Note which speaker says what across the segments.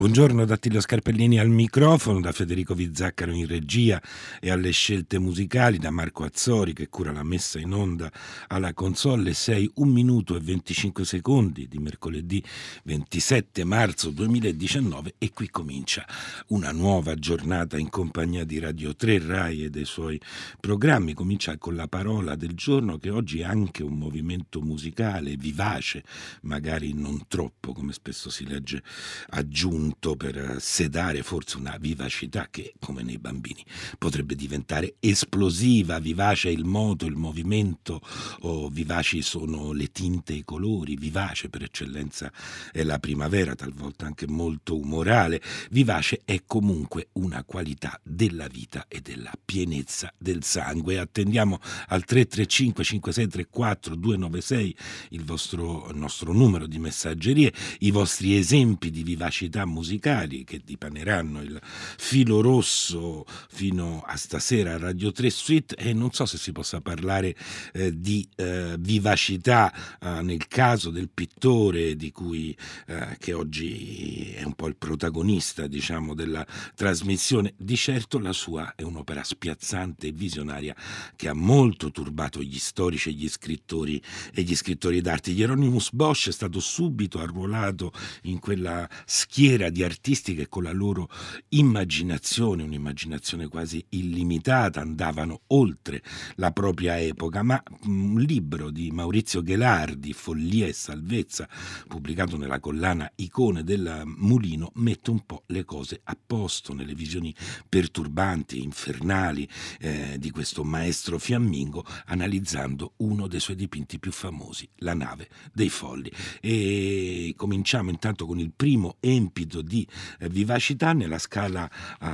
Speaker 1: Buongiorno da Attilio Scarpellini al microfono, da Federico Vizzaccaro in regia e alle scelte musicali, da Marco Azzori che cura la messa in onda alla console. 6, 1 minuto e 25 secondi di mercoledì 27 marzo 2019 e qui comincia una nuova giornata in compagnia di Radio 3 Rai e dei suoi programmi. Comincia con la parola del giorno, che oggi è anche un movimento musicale vivace, magari non troppo, come spesso si legge aggiunto per sedare forse una vivacità che, come nei bambini, potrebbe diventare esplosiva. Vivace è il moto, il movimento, vivaci sono le tinte e i colori, vivace per eccellenza è la primavera, talvolta anche molto umorale. Vivace è comunque una qualità della vita e della pienezza del sangue. Attendiamo al 335 5634 296 il nostro numero di messaggerie, i vostri esempi di vivacità musicali che dipaneranno il filo rosso fino a stasera a Radio 3 Suite. E non so se si possa parlare di vivacità nel caso del pittore di cui che oggi è un po' il protagonista, diciamo, della trasmissione. Di certo la sua è un'opera spiazzante e visionaria che ha molto turbato gli storici e gli scrittori d'arte. Hieronymus Bosch è stato subito arruolato in quella schiera di artisti che con la loro immaginazione, un'immaginazione quasi illimitata, andavano oltre la propria epoca. Ma un libro di Maurizio Ghelardi, Follia e salvezza, pubblicato nella collana Icone del Mulino, mette un po' le cose a posto nelle visioni perturbanti e infernali di questo maestro fiammingo, analizzando uno dei suoi dipinti più famosi, La nave dei folli. E cominciamo intanto con il primo empito di vivacità nella scala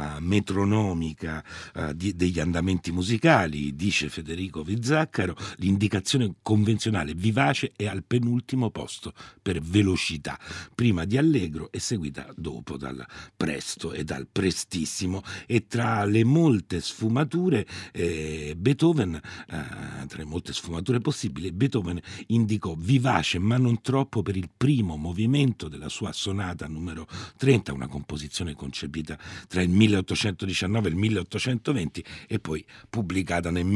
Speaker 1: metronomica degli andamenti musicali. Dice Federico Vizzaccaro: l'indicazione convenzionale vivace è al penultimo posto per velocità, prima di allegro e seguita dopo dal presto e dal prestissimo. E tra le molte sfumature Beethoven, tra le molte sfumature possibili, Beethoven indicò vivace ma non troppo per il primo movimento della sua sonata numero 30, una composizione concepita tra il 1819 e il 1820 e poi pubblicata nel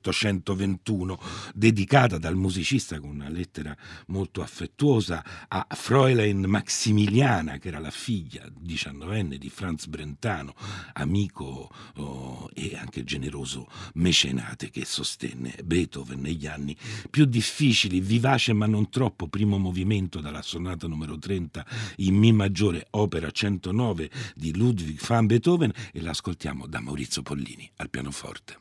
Speaker 1: 1821, dedicata dal musicista con una lettera molto affettuosa a Fräulein Maximiliana, che era la figlia 19enne di Franz Brentano, amico e anche generoso mecenate che sostenne Beethoven negli anni più difficili. Vivace ma non troppo, primo movimento dalla sonata numero 30 in Mi maggiore, opera 109 di Ludwig van Beethoven, e l'ascoltiamo da Maurizio Pollini al pianoforte.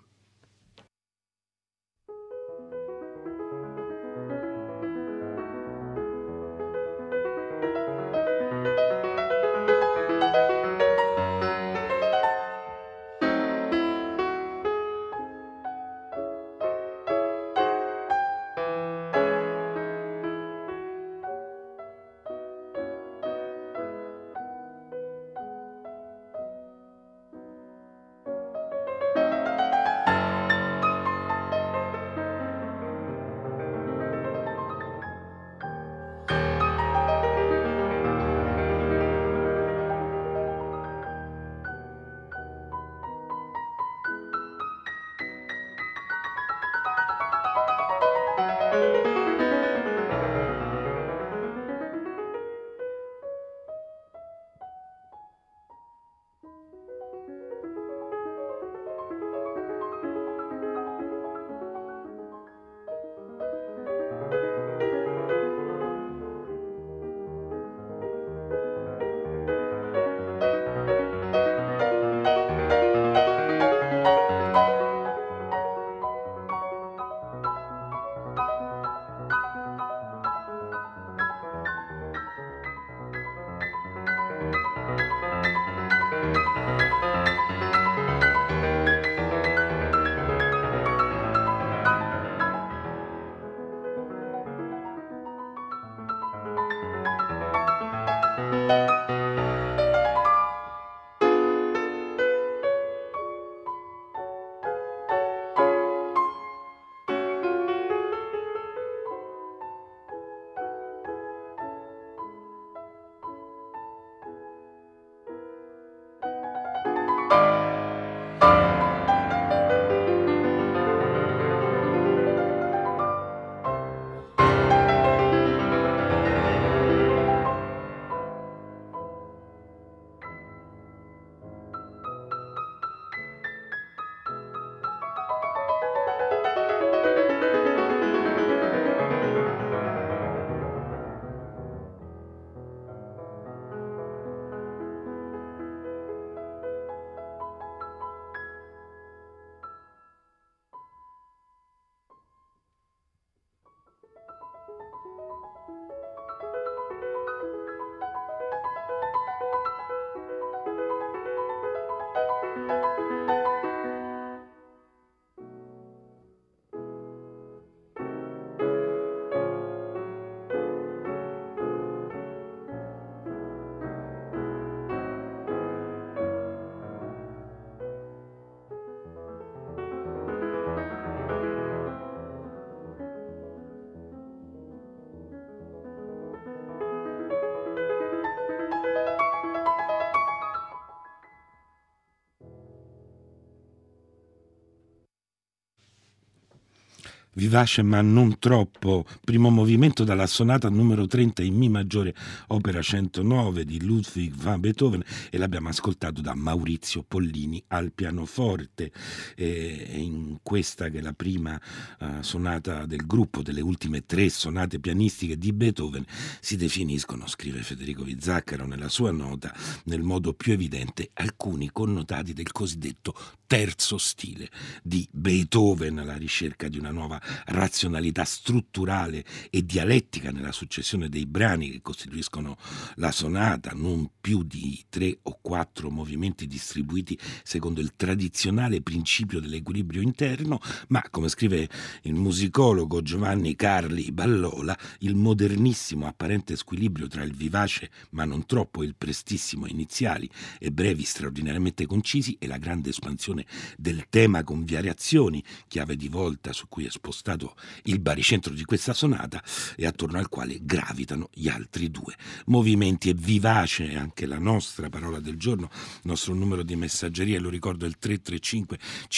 Speaker 1: Vivace ma non troppo, primo movimento dalla sonata numero 30 in Mi maggiore, opera 109 di Ludwig van Beethoven, e l'abbiamo ascoltato da Maurizio Pollini al pianoforte. E in questa, che è la prima sonata del gruppo, delle ultime 3 sonate pianistiche di Beethoven, si definiscono, scrive Federico Vizzaccaro nella sua nota, nel modo più evidente alcuni connotati del cosiddetto terzo stile di Beethoven, alla ricerca di una nuova razionalità strutturale e dialettica nella successione dei brani che costituiscono la sonata, non più di 3 o 4 movimenti distribuiti secondo il tradizionale principio dell'equilibrio interno, ma, come scrive il musicologo Giovanni Carli Ballola, il modernissimo apparente squilibrio tra il vivace ma non troppo e il prestissimo iniziali e brevi straordinariamente concisi e la grande espansione del tema con variazioni, chiave di volta su cui è spostato il baricentro di questa sonata e attorno al quale gravitano gli altri 2 movimenti. È vivace anche la nostra parola del giorno, il nostro numero di messaggeria, lo ricordo, è il 335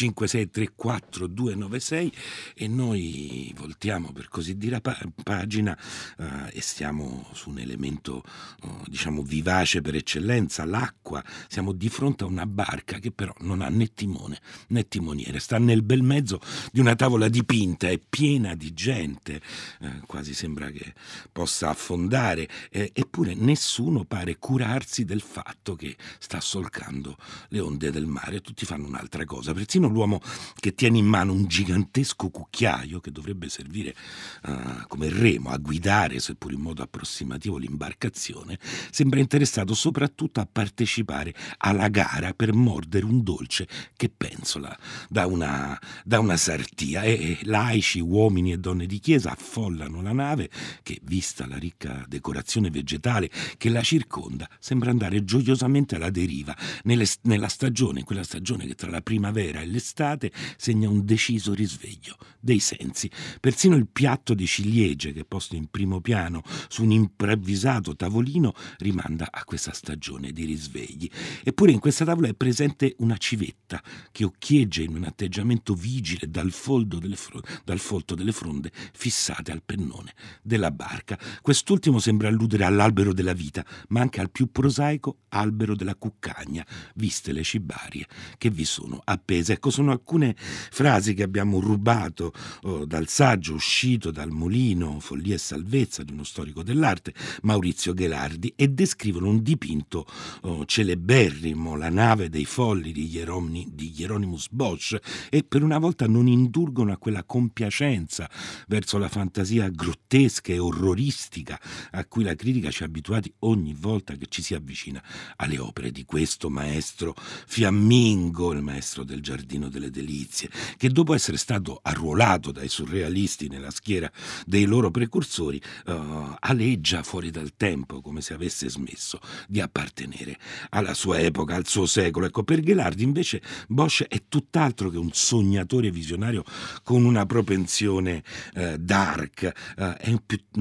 Speaker 1: 5634 296, e noi voltiamo, per così dire, pagina e stiamo su un elemento diciamo vivace per eccellenza, l'acqua. Siamo di fronte a una barca che però non ha né timone né timoniere, sta nel bel mezzo di una tavola dipinta, è piena di gente, quasi sembra che possa affondare, eppure nessuno pare curarsi del fatto che sta solcando le onde del mare. Tutti fanno un'altra cosa, persino l'uomo che tiene in mano un gigantesco cucchiaio che dovrebbe servire come remo a guidare, seppur in modo approssimativo, l'imbarcazione, sembra interessato soprattutto a partecipare alla gara per mordere un dolce che penzola da una sartia, e laici, uomini e donne di chiesa affollano la nave che, vista la ricca decorazione vegetale che la circonda, sembra andare gioiosamente alla deriva nella stagione, quella stagione che tra la primavera e l'estate segna un deciso risveglio dei sensi. Persino il piatto di ciliegie che è posto in primo piano su un improvvisato tavolino rimanda a questa stagione di risvegli. Eppure in questa tavola è presente una civetta che occhieggia in un atteggiamento vigile dal folto delle fronde fissate al pennone della barca. Quest'ultimo sembra alludere all'albero della vita, ma anche al più prosaico albero della cuccagna, viste le cibarie che vi sono appese. Ecco, sono alcune frasi che abbiamo rubato dal saggio uscito dal Mulino, Follia e salvezza, di uno storico dell'arte, Maurizio Ghelardi, e descrivono un dipinto celeberrimo, La nave dei folli di Hieronymus Bosch, e per una volta non indulgono a quella compiacenza verso la fantasia grottesca e orroristica a cui la critica ci ha abituati ogni volta che ci si avvicina alle opere di questo maestro fiammingo, il maestro del Giardino delle Delizie, che dopo essere stato arruolato dai surrealisti nella schiera dei loro precursori aleggia fuori dal tempo, come se avesse smesso di appartenere alla sua epoca, al suo secolo. Ecco, per Ghelardi invece Bosch è tutt'altro che un sognatore visionario con una propensione dark, è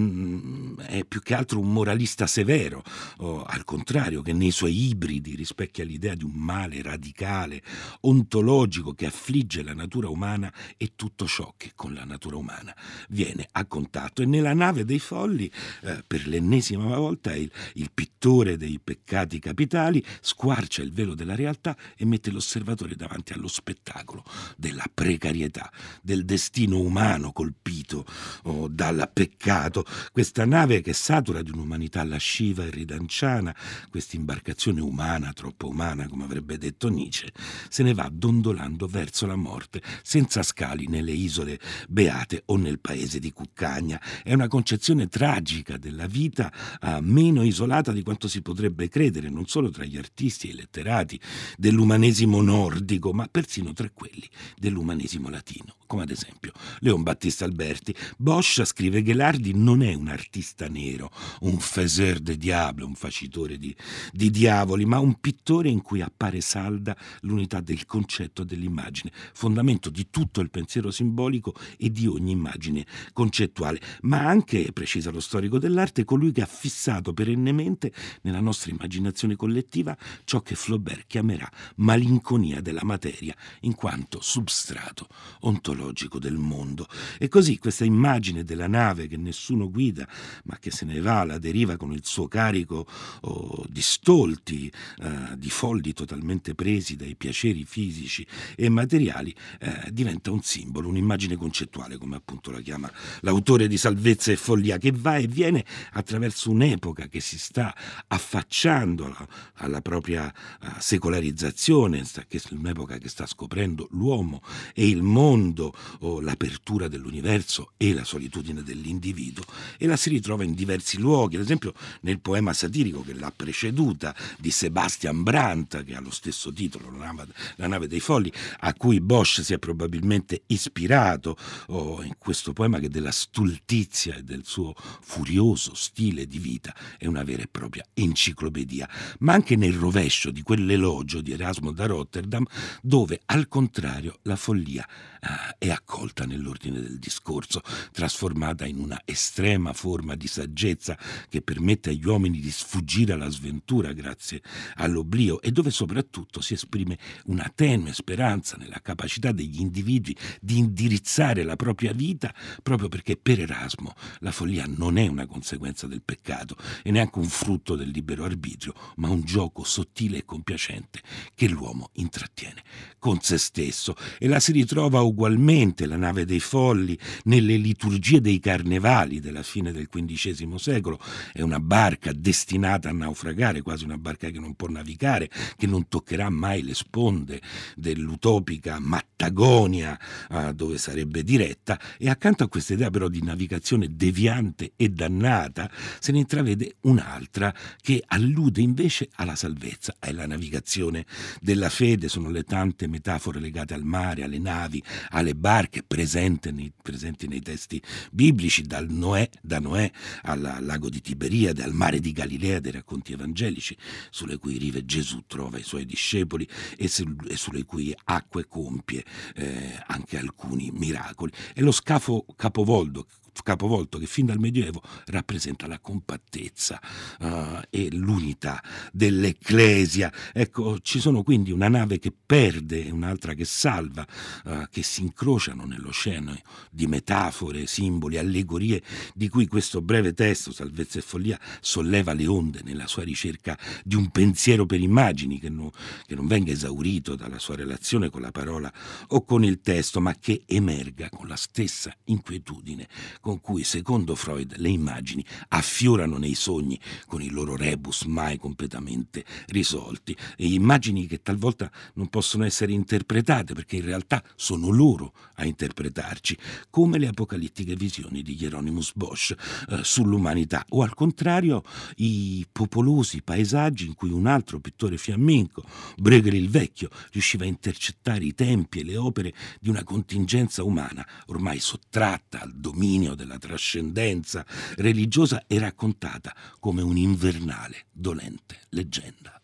Speaker 1: più che altro un moralista severo, al contrario, che nei suoi ibridi rispecchia l'idea di un male radicale, ontologico, che affligge la natura umana e tutto ciò che con la natura umana viene a contatto. E nella nave dei folli, per l'ennesima volta, il pittore dei peccati capitali squarcia il velo della realtà e mette l'osservatore davanti allo spettacolo della precarietà, del destino umano colpito dal peccato. Questa nave che satura di un'umanità lasciva e ridanciana, questa imbarcazione umana, troppo umana, come avrebbe detto Nietzsche, se ne va dondolando verso la morte, senza scali nelle isole beate o nel paese di Cuccagna. È una concezione tragica della vita, meno isolata di quanto si potrebbe credere, non solo tra gli artisti e i letterati dell'umanesimo nordico, ma persino tra quelli dell'umanesimo latino, come ad esempio Leon Battista Alberti. Bosch, scrive Ghelardi, non è un artista nero, un faiseur de diable, un facitore di diavoli, ma un pittore in cui appare salda l'unità del concetto e dell'immagine, fondamento di tutto il pensiero simbolico e di ogni immagine concettuale, ma anche, precisa lo storico dell'arte, colui che ha fissato perennemente nella nostra immaginazione collettiva ciò che Flaubert chiamerà malinconia della la materia in quanto substrato ontologico del mondo. E così questa immagine della nave che nessuno guida, ma che se ne va alla deriva con il suo carico di stolti, di folli totalmente presi dai piaceri fisici e materiali, diventa un simbolo, un'immagine concettuale, come appunto la chiama l'autore di Salvezza e Follia, che va e viene attraverso un'epoca che si sta affacciando alla propria secolarizzazione, che è un'epoca che sta scoprendo l'uomo e il mondo, o l'apertura dell'universo e la solitudine dell'individuo, e la si ritrova in diversi luoghi, ad esempio nel poema satirico che l'ha preceduta di Sebastian Brandt, che ha lo stesso titolo, La nave dei folli, a cui Bosch si è probabilmente ispirato, in questo poema che della stultizia e del suo furioso stile di vita è una vera e propria enciclopedia, ma anche nel rovescio di quell'elogio di Erasmo da Rotterdam, dove al contrario la follia è accolta nell'ordine del discorso, trasformata in una estrema forma di saggezza che permette agli uomini di sfuggire alla sventura grazie all'oblio, e dove soprattutto si esprime una tenue speranza nella capacità degli individui di indirizzare la propria vita, proprio perché per Erasmo la follia non è una conseguenza del peccato e neanche un frutto del libero arbitrio, ma un gioco sottile e compiacente che l'uomo intrattiene con se stesso. E la si ritrova ugualmente, la nave dei folli, nelle liturgie dei carnevali della fine del XV secolo. È una barca destinata a naufragare, quasi una barca che non può navigare, che non toccherà mai le sponde dell'utopica Mattagonia, dove sarebbe diretta, e accanto a questa idea però di navigazione deviante e dannata se ne intravede un'altra che allude invece alla salvezza, è la navigazione della fede. Sono le tante metafore legate al mare, alle navi, alle barche presenti nei testi biblici, da Noè al lago di Tiberiade, al mare di Galilea dei racconti evangelici, sulle cui rive Gesù trova i suoi discepoli e sulle cui acque compie anche alcuni miracoli. È lo scafo capovolto che fin dal Medioevo rappresenta la compattezza e l'unità dell'Ecclesia. Ecco, ci sono quindi una nave che perde e un'altra che salva, che si incrociano nell'oceano di metafore, simboli, allegorie, di cui questo breve testo, Salvezza e Follia, solleva le onde nella sua ricerca di un pensiero per immagini che non venga esaurito dalla sua relazione con la parola o con il testo, ma che emerga con la stessa inquietudine con cui, secondo Freud, le immagini affiorano nei sogni con i loro rebus mai completamente risolti, e immagini che talvolta non possono essere interpretate perché in realtà sono loro a interpretarci, come le apocalittiche visioni di Hieronymus Bosch sull'umanità, o al contrario i popolosi paesaggi in cui un altro pittore fiammingo, Bruegel il Vecchio, riusciva a intercettare i tempi e le opere di una contingenza umana ormai sottratta al dominio della trascendenza religiosa e raccontata come un'invernale, dolente leggenda.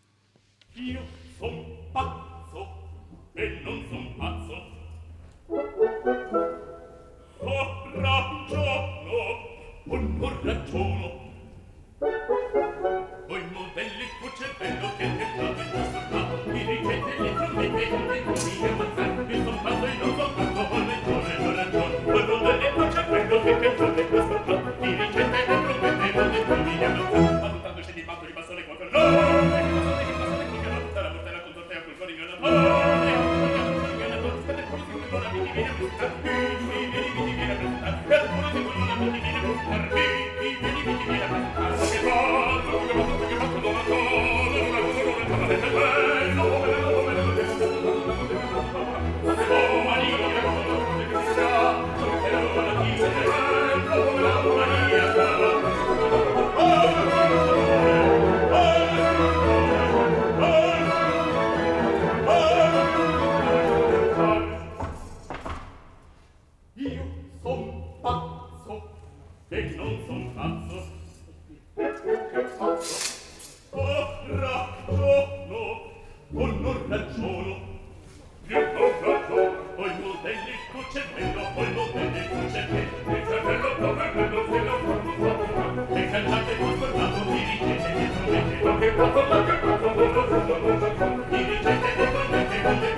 Speaker 2: Io son pazzo e non son pazzo. Ho ragiono o non ragiono. Ho i modelli col cervello che viaggiate già soldato. Mi ricette le trombette con le cosine avanzate. Io son pazzo e non son pazzo. Ho ragione, non ragione. Ho i modelli col cervello che viaggiate già soldato. Mi ricette le trombette con le cosine avanzate. Valutando scegli il fatto di bastone col ferrone. Che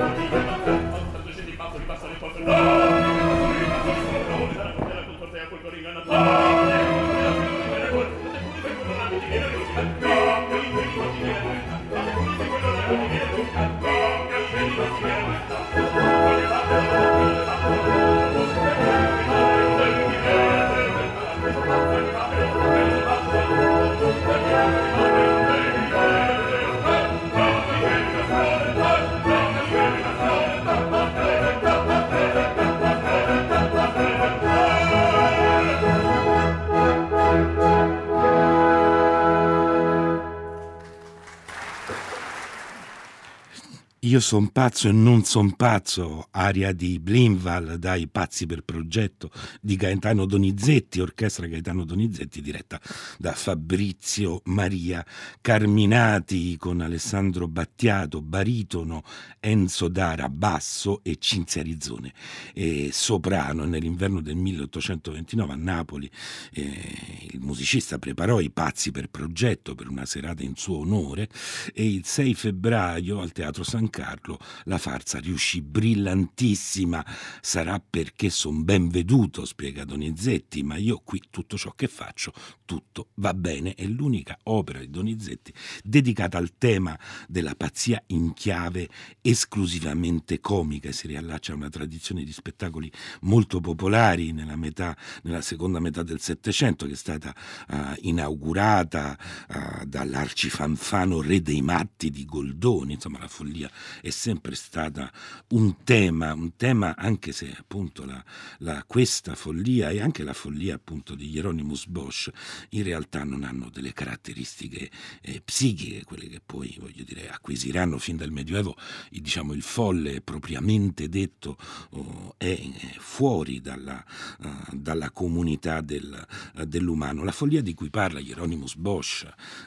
Speaker 1: Io son pazzo e non son pazzo, aria di Blinval dai Pazzi per progetto di Gaetano Donizetti, orchestra Gaetano Donizetti diretta da Fabrizio Maria Carminati con Alessandro Battiato, baritono, Enzo Dara, basso e Cinzia Rizzone, soprano. Nell'inverno del 1829 a Napoli il musicista preparò i Pazzi per progetto per una serata in suo onore e il 6 febbraio al Teatro San Carlo la farsa riuscì brillantissima. Sarà perché son ben veduto, spiega Donizetti, ma io qui tutto ciò che faccio, tutto va bene. È l'unica opera di Donizetti dedicata al tema della pazzia in chiave esclusivamente comica. Si riallaccia a una tradizione di spettacoli molto popolari nella seconda metà del Settecento, che è stata inaugurata dall'arcifanfano Re dei Matti di Goldoni. Insomma, la follia è sempre stata un tema anche se appunto questa follia e anche la follia appunto di Hieronymus Bosch in realtà non hanno delle caratteristiche psichiche, quelle che poi, voglio dire, acquisiranno fin dal Medioevo. Diciamo, il folle propriamente detto è fuori dalla comunità dell'umano. La follia di cui parla Hieronymus Bosch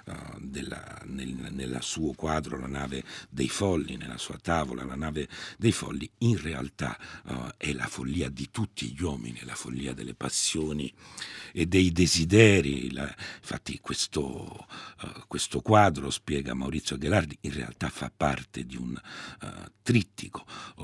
Speaker 1: nel suo quadro La nave dei folli, nella sua tavola La nave dei folli, in realtà è la follia di tutti gli uomini, la follia delle passioni e dei desideri. Infatti questo quadro, spiega Maurizio Ghelardi, in realtà fa parte di un trittico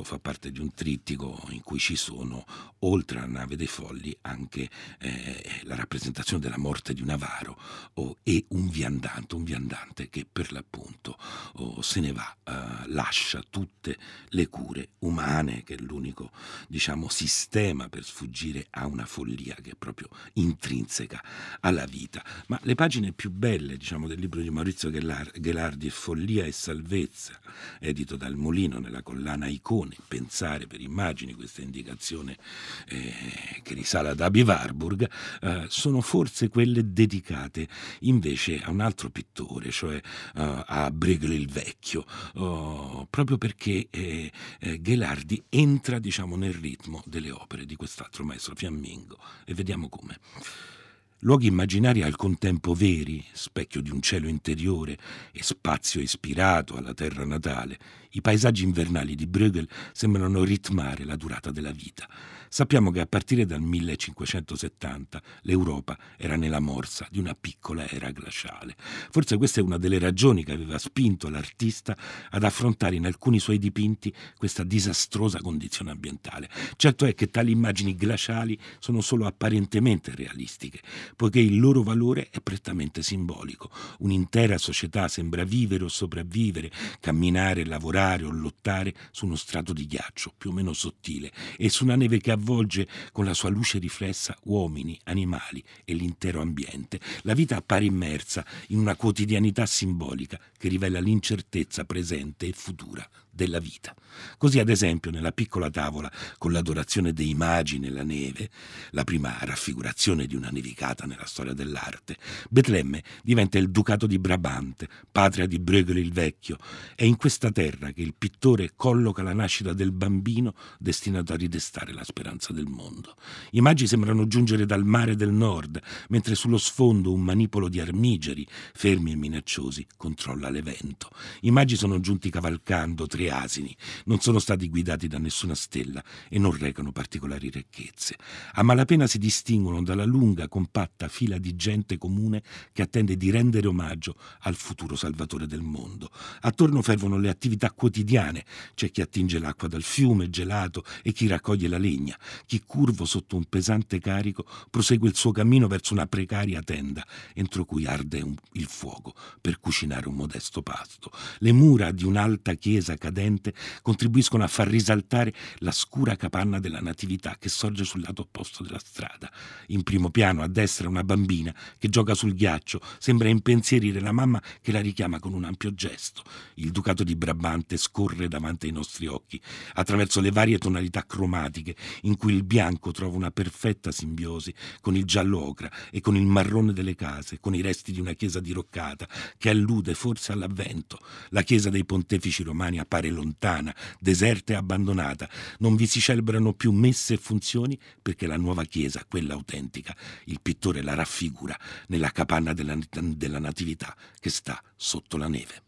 Speaker 1: in cui ci sono, oltre alla nave dei folli, anche la rappresentazione della morte di un avaro e un viandante che per l'appunto se ne va, lascia tutte le cure umane, che è l'unico, diciamo, sistema per sfuggire a una follia che è proprio intrinseca alla vita. Ma le pagine più belle, diciamo, del libro di Maurizio Ghelardi è Follia e salvezza, edito dal Molino nella collana Icone, pensare per immagini, questa indicazione che risale ad Aby Warburg, sono forse quelle dedicate invece a un altro pittore, cioè a Bruegel il Vecchio, proprio perché Ghelardi entra, diciamo, nel ritmo delle opere di quest'altro maestro fiammingo, e vediamo come. Luoghi immaginari al contempo veri, specchio di un cielo interiore e spazio ispirato alla terra natale, i paesaggi invernali di Bruegel sembrano ritmare la durata della vita. Sappiamo che a partire dal 1570 l'Europa era nella morsa di una piccola era glaciale. Forse questa è una delle ragioni che aveva spinto l'artista ad affrontare in alcuni suoi dipinti questa disastrosa condizione ambientale. Certo è che tali immagini glaciali sono solo apparentemente realistiche, poiché il loro valore è prettamente simbolico. Un'intera società sembra vivere o sopravvivere, camminare, lavorare o lottare su uno strato di ghiaccio più o meno sottile e su una neve che avvolge con la sua luce riflessa uomini, animali e l'intero ambiente. La vita appare immersa in una quotidianità simbolica che rivela l'incertezza presente e futura della vita. Così, ad esempio, nella piccola tavola con l'adorazione dei magi nella neve, la prima raffigurazione di una nevicata nella storia dell'arte, Betlemme diventa il ducato di Brabante, patria di Bruegel il Vecchio. È in questa terra che il pittore colloca la nascita del bambino destinato a ridestare la speranza del mondo. I magi sembrano giungere dal mare del nord, mentre sullo sfondo un manipolo di armigeri, fermi e minacciosi, controlla l'evento. I magi sono giunti cavalcando tre asini, non sono stati guidati da nessuna stella e non recano particolari ricchezze. A malapena si distinguono dalla lunga, compatta fila di gente comune che attende di rendere omaggio al futuro salvatore del mondo. Attorno fervono le attività quotidiane. C'è chi attinge l'acqua dal fiume gelato e chi raccoglie la legna. Chi, curvo sotto un pesante carico, prosegue il suo cammino verso una precaria tenda entro cui arde il fuoco per cucinare un modesto pasto. Le mura di un'alta chiesa cadente contribuiscono a far risaltare la scura capanna della Natività che sorge sul lato opposto della strada. In primo piano, a destra, una bambina che gioca sul ghiaccio, sembra impensierire la mamma che la richiama con un ampio gesto. il Ducato di Brabante scorre davanti ai nostri occhi, attraverso le varie tonalità cromatiche in cui il bianco trova una perfetta simbiosi con il giallo ocra e con il marrone delle case, con i resti di una chiesa diroccata che allude forse all'avvento. La chiesa dei pontefici romani appare lontana, deserta e abbandonata. Non vi si celebrano più messe e funzioni perché la nuova chiesa, quella autentica, il pittore la raffigura nella capanna della Natività che sta sotto la neve.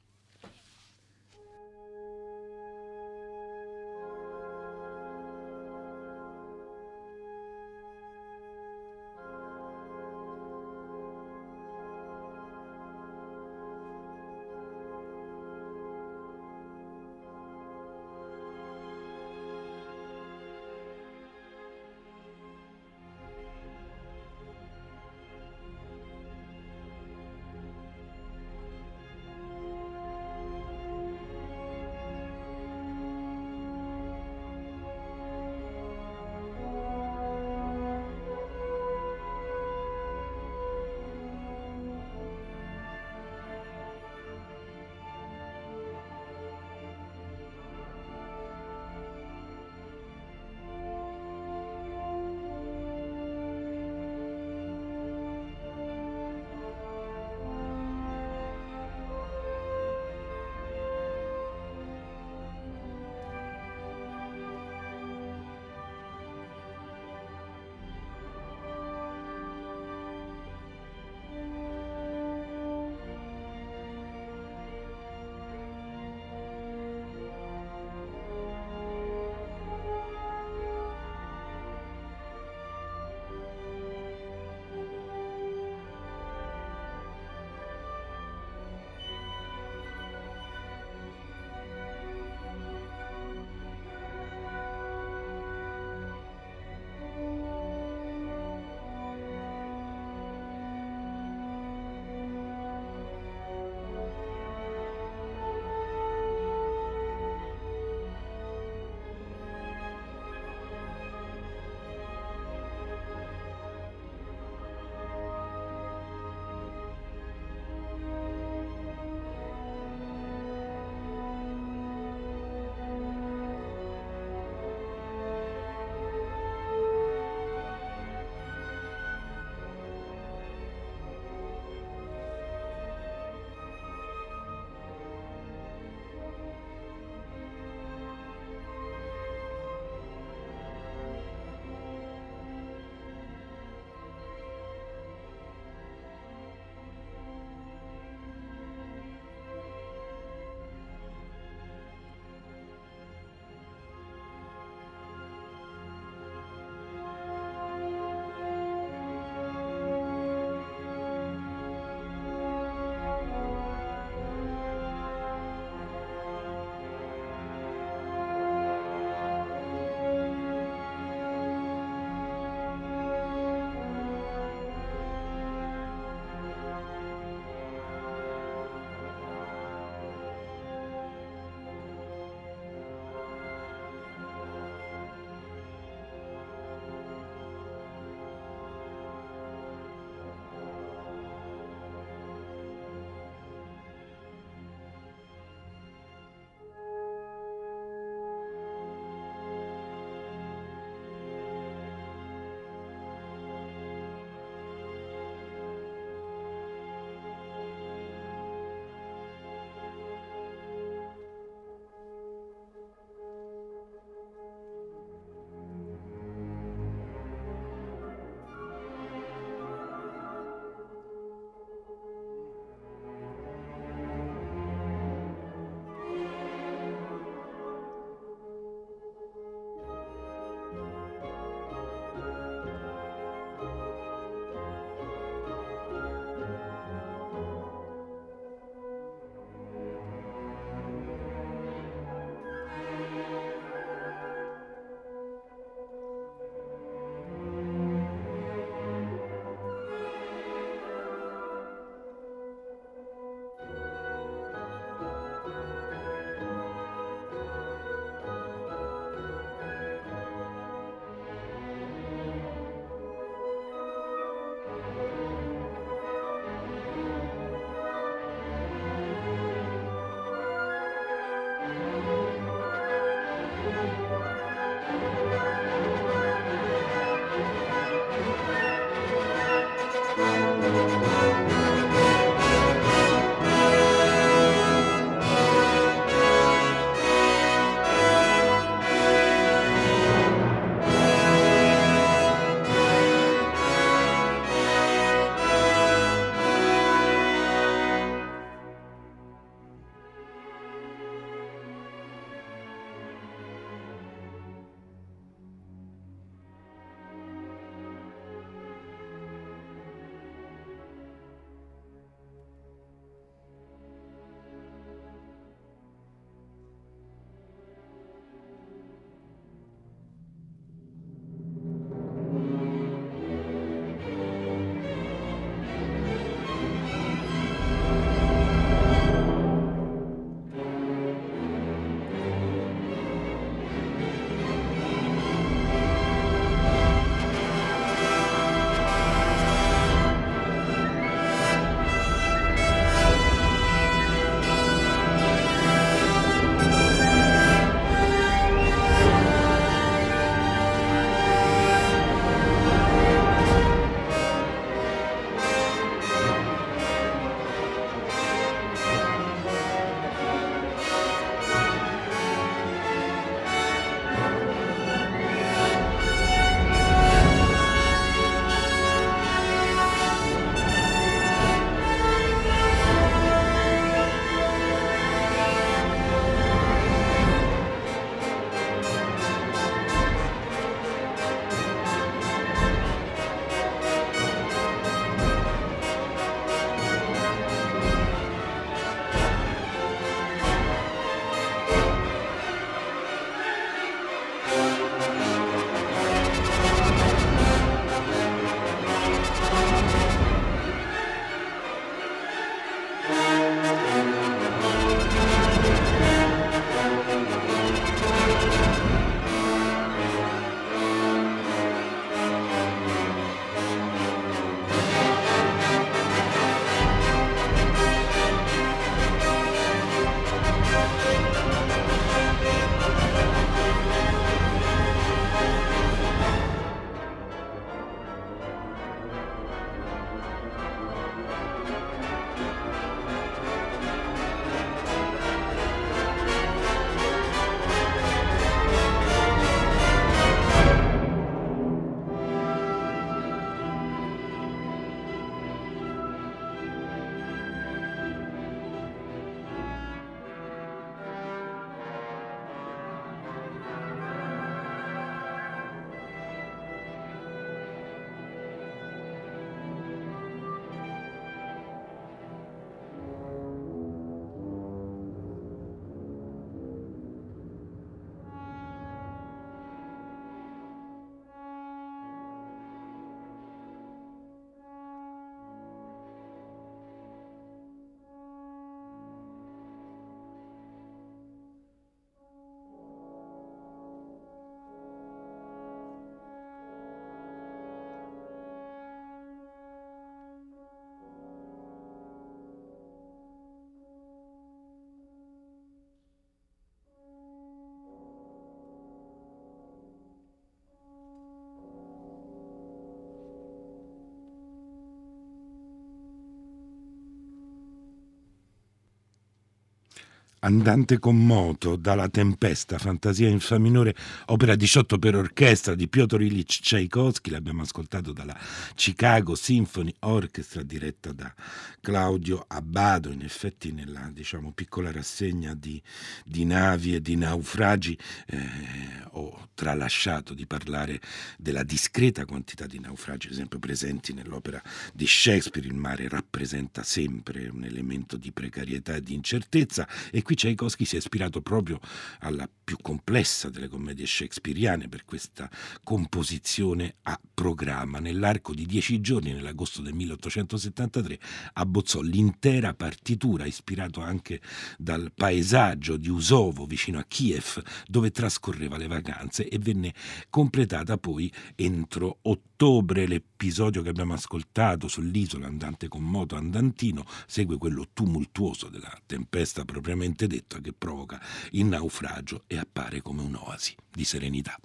Speaker 1: Andante con moto, dalla Tempesta, fantasia in fa minore, opera 18 per orchestra di Piotr Ilyich Tchaikovsky, l'abbiamo ascoltato dalla Chicago Symphony Orchestra diretta da Claudio Abbado. In effetti nella, diciamo, piccola rassegna di navi e di naufragi ho tralasciato di parlare della discreta quantità di naufragi, ad esempio, presenti nell'opera di Shakespeare. Il mare rappresenta sempre un elemento di precarietà e di incertezza, e qui Tchaikovsky si è ispirato proprio alla più complessa delle commedie shakespeariane per questa composizione a programma. Nell'arco di 10 giorni, nell'agosto del 1873, abbozzò l'intera partitura, ispirato anche dal paesaggio di Usovo vicino a Kiev, dove trascorreva le vacanze, e venne completata poi entro ottobre. L'episodio che abbiamo ascoltato sull'isola, andante con moto andantino, segue quello tumultuoso della tempesta propriamente detta, che provoca il naufragio e appare come un'oasi di serenità.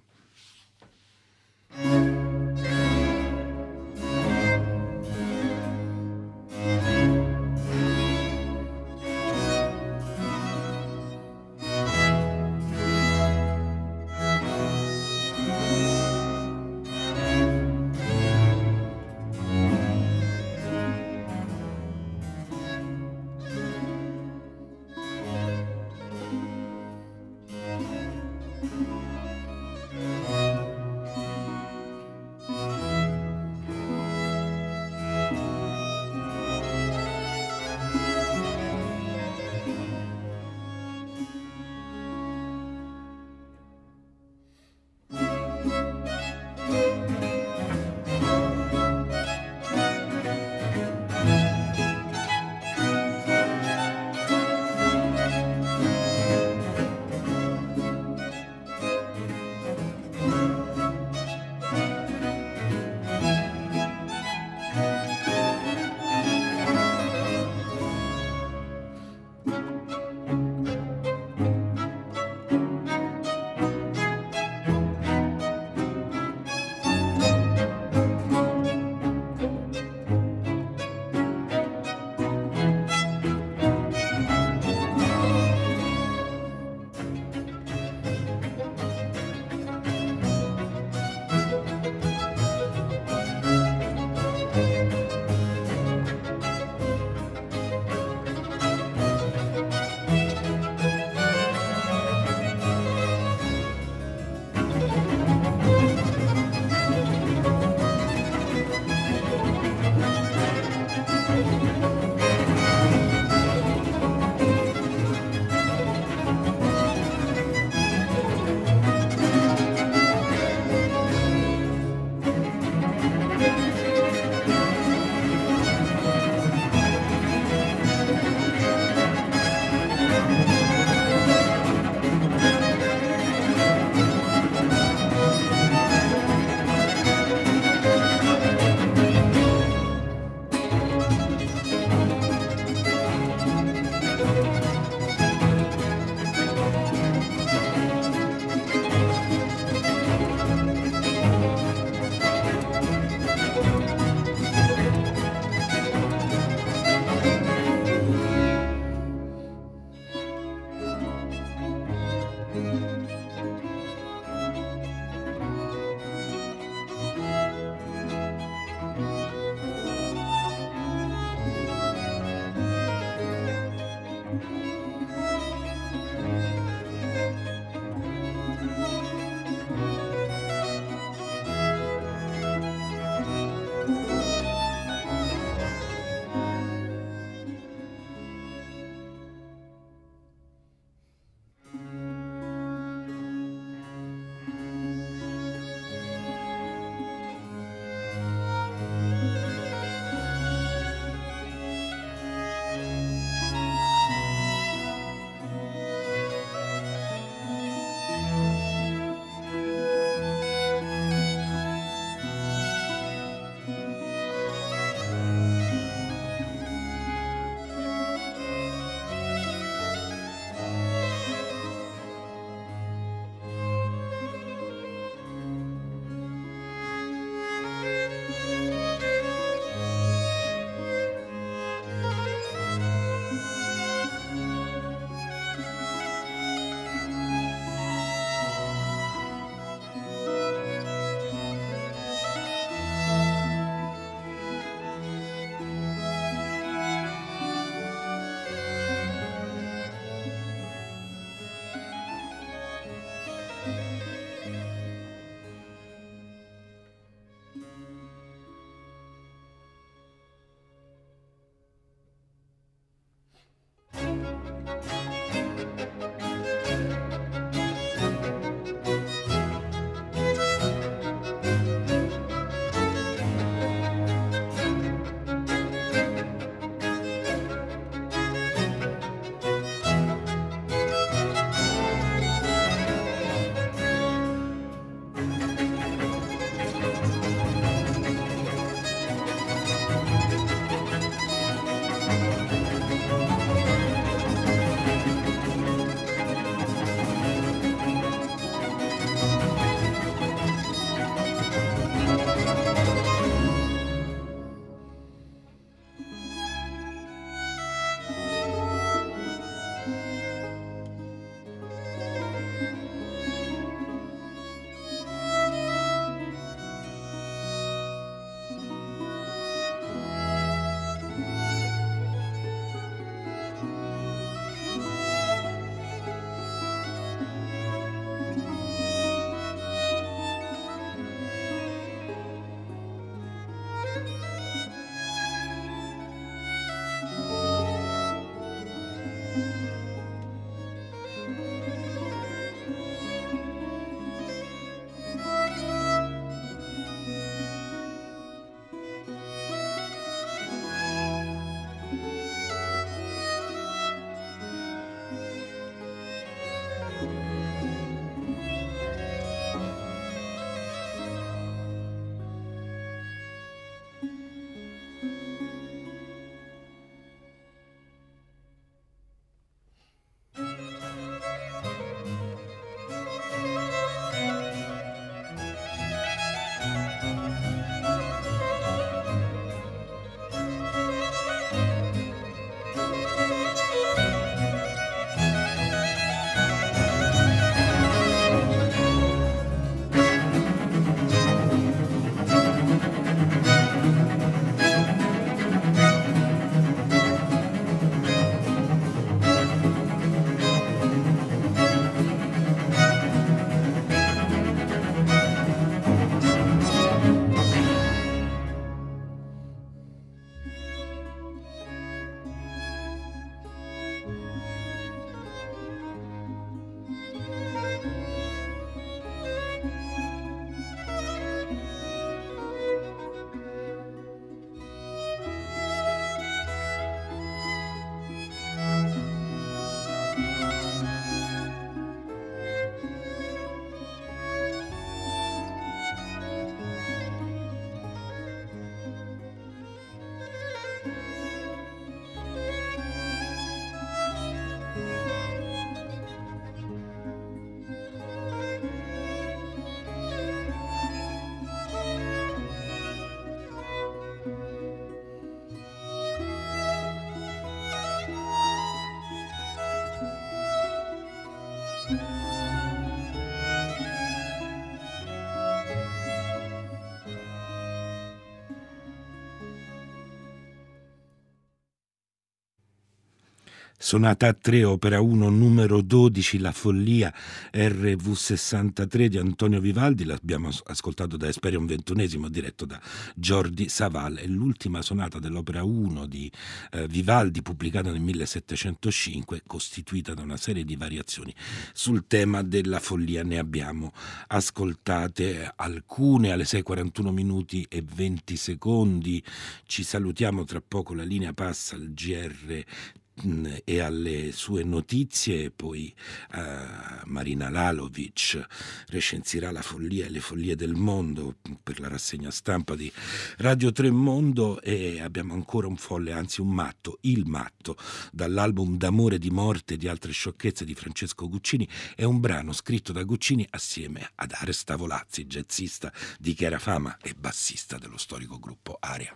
Speaker 1: Sonata a 3, opera 1, numero 12, La Follia, RV63 di Antonio Vivaldi. L'abbiamo ascoltato da Esperion XXI, diretto da Jordi Savall. È l'ultima sonata dell'opera 1 di Vivaldi, pubblicata nel 1705, costituita da una serie di variazioni sul tema della follia. Ne abbiamo ascoltate alcune alle 6:41 minuti e 20 secondi. Ci salutiamo, tra poco la linea passa al GR e alle sue notizie, poi Marina Lalovic recensirà La follia e le follie del mondo per la rassegna stampa di Radio 3 Mondo, e abbiamo ancora un folle, anzi un matto, Il matto, dall'album D'amore, di morte e di altre sciocchezze di Francesco Guccini. È un brano scritto da Guccini assieme ad Ares Tavolazzi, jazzista di chiara fama e bassista dello storico gruppo Aria.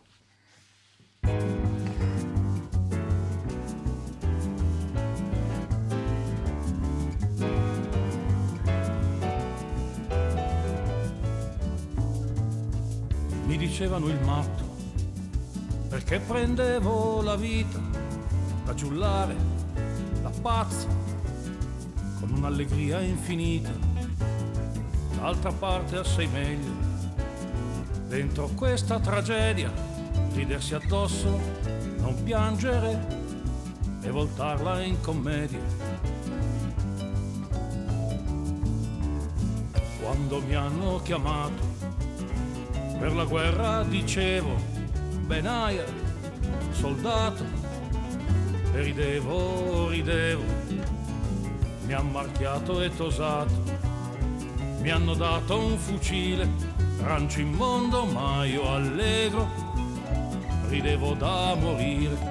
Speaker 3: Mi dicevano il matto, perché prendevo la vita da giullare, da pazzo, con un'allegria infinita. D'altra parte assai meglio, dentro questa tragedia, ridersi addosso, non piangere e voltarla in commedia. Quando mi hanno chiamato per la guerra, dicevo benaia, soldato, e ridevo, mi han marchiato e tosato, mi hanno dato un fucile, rancio immondo ma io allegro, ridevo da morire.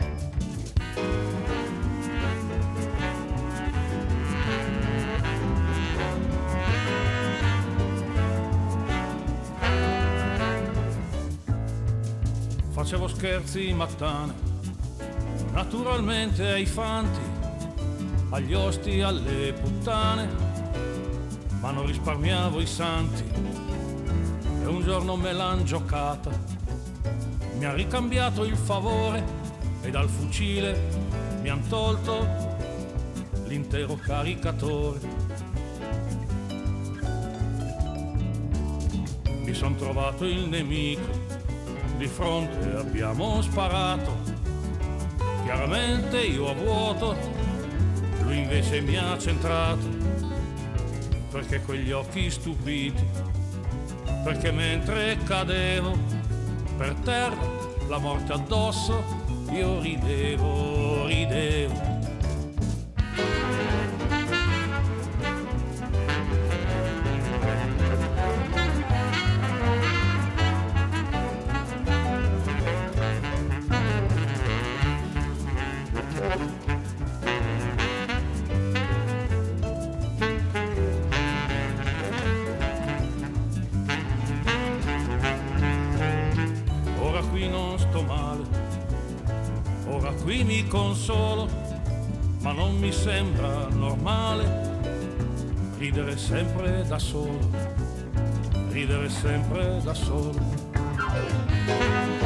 Speaker 3: Facevo scherzi mattane, naturalmente ai fanti, agli osti, alle puttane, ma non risparmiavo i santi. E un giorno me l'han giocata, mi ha ricambiato il favore e dal fucile mi han tolto l'intero caricatore. Mi son trovato il nemico, di fronte abbiamo sparato, chiaramente io a vuoto, lui invece mi ha centrato, perché quegli occhi stupiti, perché mentre cadevo per terra, la morte addosso, io ridevo. Qui mi consolo, ma non mi sembra normale ridere sempre da solo, ridere sempre da solo.